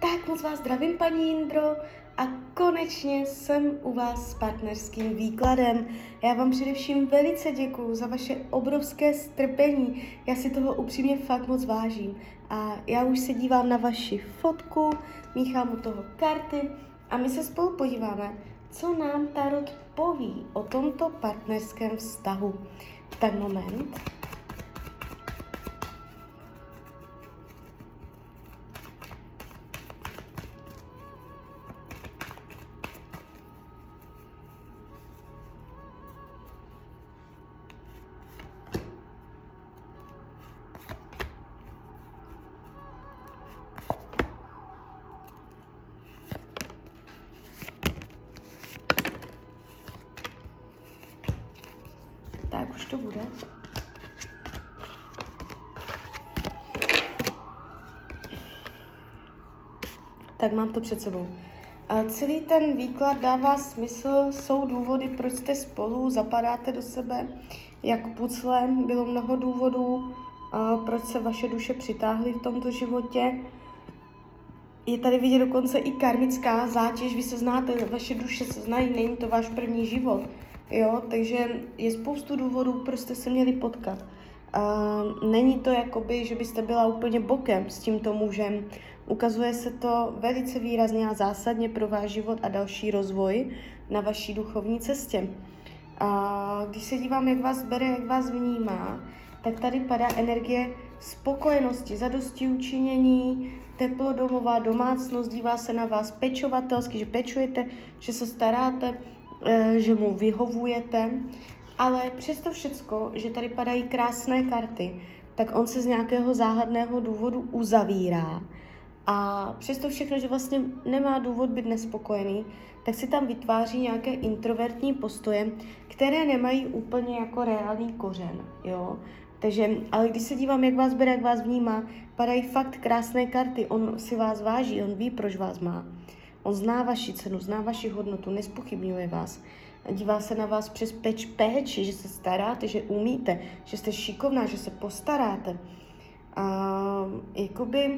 Tak moc vás zdravím, paní Jindro, a konečně jsem u vás s partnerským výkladem. Já vám především velice děkuju za vaše obrovské strpení. Já si toho upřímně fakt moc vážím. A já už se dívám na vaši fotku, míchám u toho karty a my se spolu podíváme, co nám Tarot poví o tomto partnerském vztahu. Tak moment. Tak už to bude. Tak mám to před sebou. Celý ten výklad dává smysl, jsou důvody, proč jste spolu, zapadáte do sebe, jak pucle, bylo mnoho důvodů, proč se vaše duše přitáhly v tomto životě. Je tady vidět dokonce i karmická zátěž, vy se znáte, vaše duše se znají, není to váš první život, jo, takže je spoustu důvodů, proč jste se měli potkat. Není to jakoby, že byste byla úplně bokem s tímto mužem. Ukazuje se to velice výrazně a zásadně pro váš život a další rozvoj na vaší duchovní cestě. Když se dívám, jak vás bere, jak vás vnímá, tak tady padá energie spokojenosti, zadostiučinění, teplodomová domácnost, dívá se na vás pečovatelsky, že pečujete, že se staráte, že mu vyhovujete, ale přesto všecko, že tady padají krásné karty, tak on se z nějakého záhadného důvodu uzavírá. A přesto všechno, že vlastně nemá důvod být nespokojený, tak si tam vytváří nějaké introvertní postoje, které nemají úplně jako reálný kořen, jo. Takže, ale když se dívám, jak vás bere, jak vás vnímá, padají fakt krásné karty, on si vás váží, on ví, proč vás má. On zná vaši cenu, zná vaši hodnotu, nespochybňuje vás. Dívá se na vás přes péči, že se staráte, že umíte, že jste šikovná, že se postaráte. Jakoby,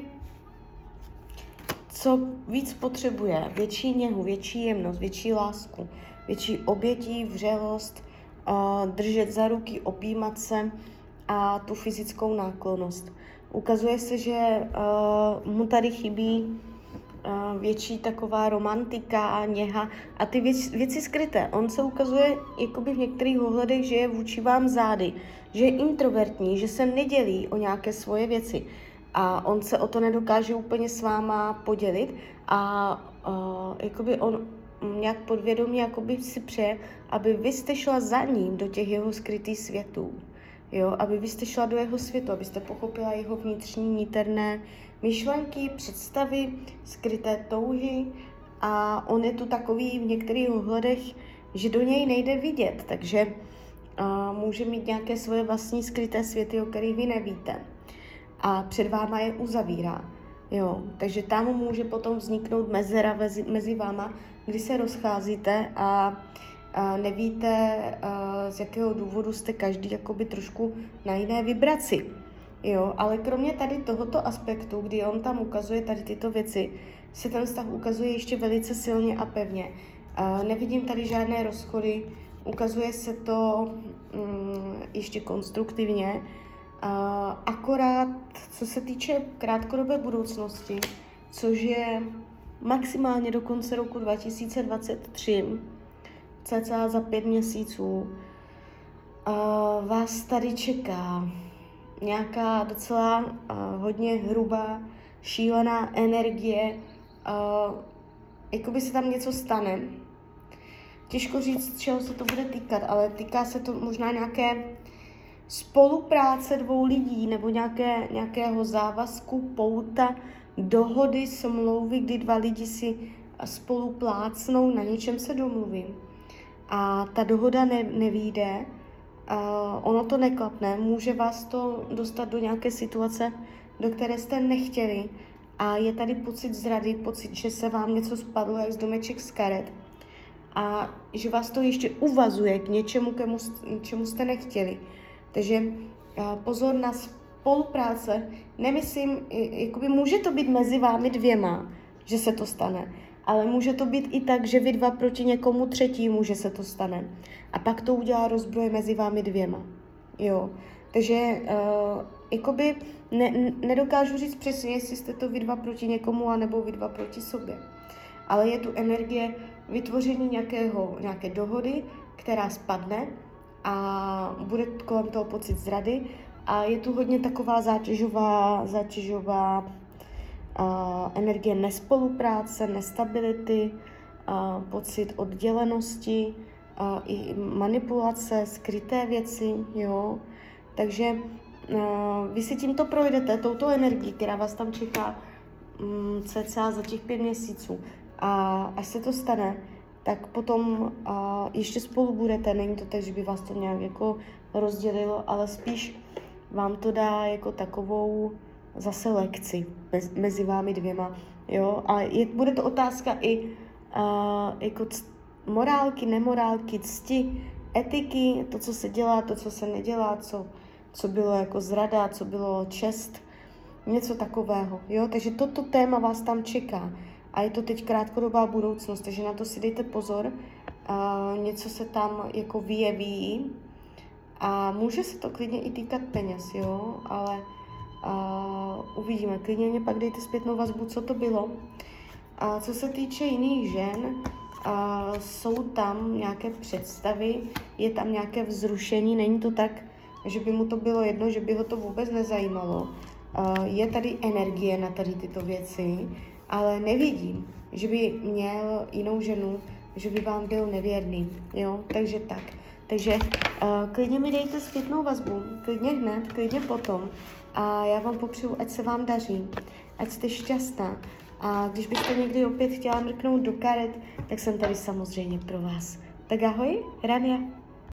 co víc potřebuje, větší něhu, větší jemnost, větší lásku, větší obětí, vřelost, držet za ruky, objímat se a tu fyzickou náklonnost. Ukazuje se, že mu tady chybí větší taková romantika a něha a ty věci skryté. On se ukazuje jakoby v některých ohledech, že je vůči vám zády, že je introvertní, že se nedělí o nějaké svoje věci a on se o to nedokáže úplně s váma podělit a jakoby on nějak podvědomě jakoby si přeje, aby vy jste šla za ním do těch jeho skrytých světů. Jo, aby vy jste šla do jeho světa, abyste pochopila jeho vnitřní, niterné myšlenky, představy, skryté touhy a on je tu takový v některých ohledech, že do něj nejde vidět, takže může mít nějaké svoje vlastní skryté světy, o kterých vy nevíte a před váma je uzavírá. Jo, takže tam může potom vzniknout mezera mezi váma, kdy se rozcházíte a nevíte, z jakého důvodu jste každý jakoby trošku na jiné vibraci. Jo, ale kromě tady tohoto aspektu, kdy on tam ukazuje tady tyto věci, se ten vztah ukazuje ještě velice silně a pevně. Nevidím tady žádné rozchody, ukazuje se to ještě konstruktivně. Akorát, co se týče krátkodobé budoucnosti, což je maximálně do konce roku 2023, cca za 5 měsíců, vás tady čeká nějaká docela hodně hrubá, šílená energie, jakoby se tam něco stane. Těžko říct, čeho se to bude týkat, ale týká se to možná nějaké spolupráce dvou lidí nebo nějakého závazku, pouta, dohody, smlouvy, kdy dva lidi si spolu plácnou, na něčem se domluví. A ta dohoda nevyjde, ono to neklapne, může vás to dostat do nějaké situace, do které jste nechtěli a je tady pocit zrady, pocit, že se vám něco spadlo jak z domeček z karet a že vás to ještě uvazuje k něčemu, čemu jste nechtěli. Takže pozor na spolupráce, nemyslím, jakoby může to být mezi vámi dvěma, že se to stane. Ale může to být i tak, že vy dva proti někomu třetímu, že se to stane. A pak to udělá rozbroj mezi vámi dvěma. Jo. Takže jakoby nedokážu říct přesně, jestli jste to vy dva proti někomu, anebo vy dva proti sobě. Ale je tu energie vytvoření nějaké dohody, která spadne a bude kolem toho pocit zrady. A je tu hodně taková zátěžová energie nespolupráce, nestability, pocit oddělenosti, i manipulace, skryté věci, jo. Takže vy si tímto projdete, touto energií, která vás tam čeká cca za těch 5 měsíců. A až se to stane, tak potom ještě spolu budete, není to tak, že by vás to nějak jako rozdělilo, ale spíš vám to dá jako takovou zase lekci mezi vámi dvěma, jo. A bude to otázka i jako morálky, nemorálky, cti, etiky, to, co se dělá, to, co se nedělá, co bylo jako zrada, co bylo čest, něco takového, jo. Takže toto téma vás tam čeká a je to teď krátkodobá budoucnost, takže na to si dejte pozor. Něco se tam jako vyjeví a může se to klidně i týkat peněz, jo, ale uvidíme. Klidně mě pak dejte zpětnou vazbu, co to bylo. A co se týče jiných žen, jsou tam nějaké představy, je tam nějaké vzrušení, není to tak, že by mu to bylo jedno, že by ho to vůbec nezajímalo. Je tady energie na tady tyto věci, ale nevidím, že by měl jinou ženu, že by vám byl nevěrný, jo, takže tak. Takže klidně mi dejte zpětnou vazbu, klidně hned, klidně potom a já vám popřeju, ať se vám daří, ať jste šťastná a když byste někdy opět chtěla mrknout do karet, tak jsem tady samozřejmě pro vás. Tak ahoj, Rania.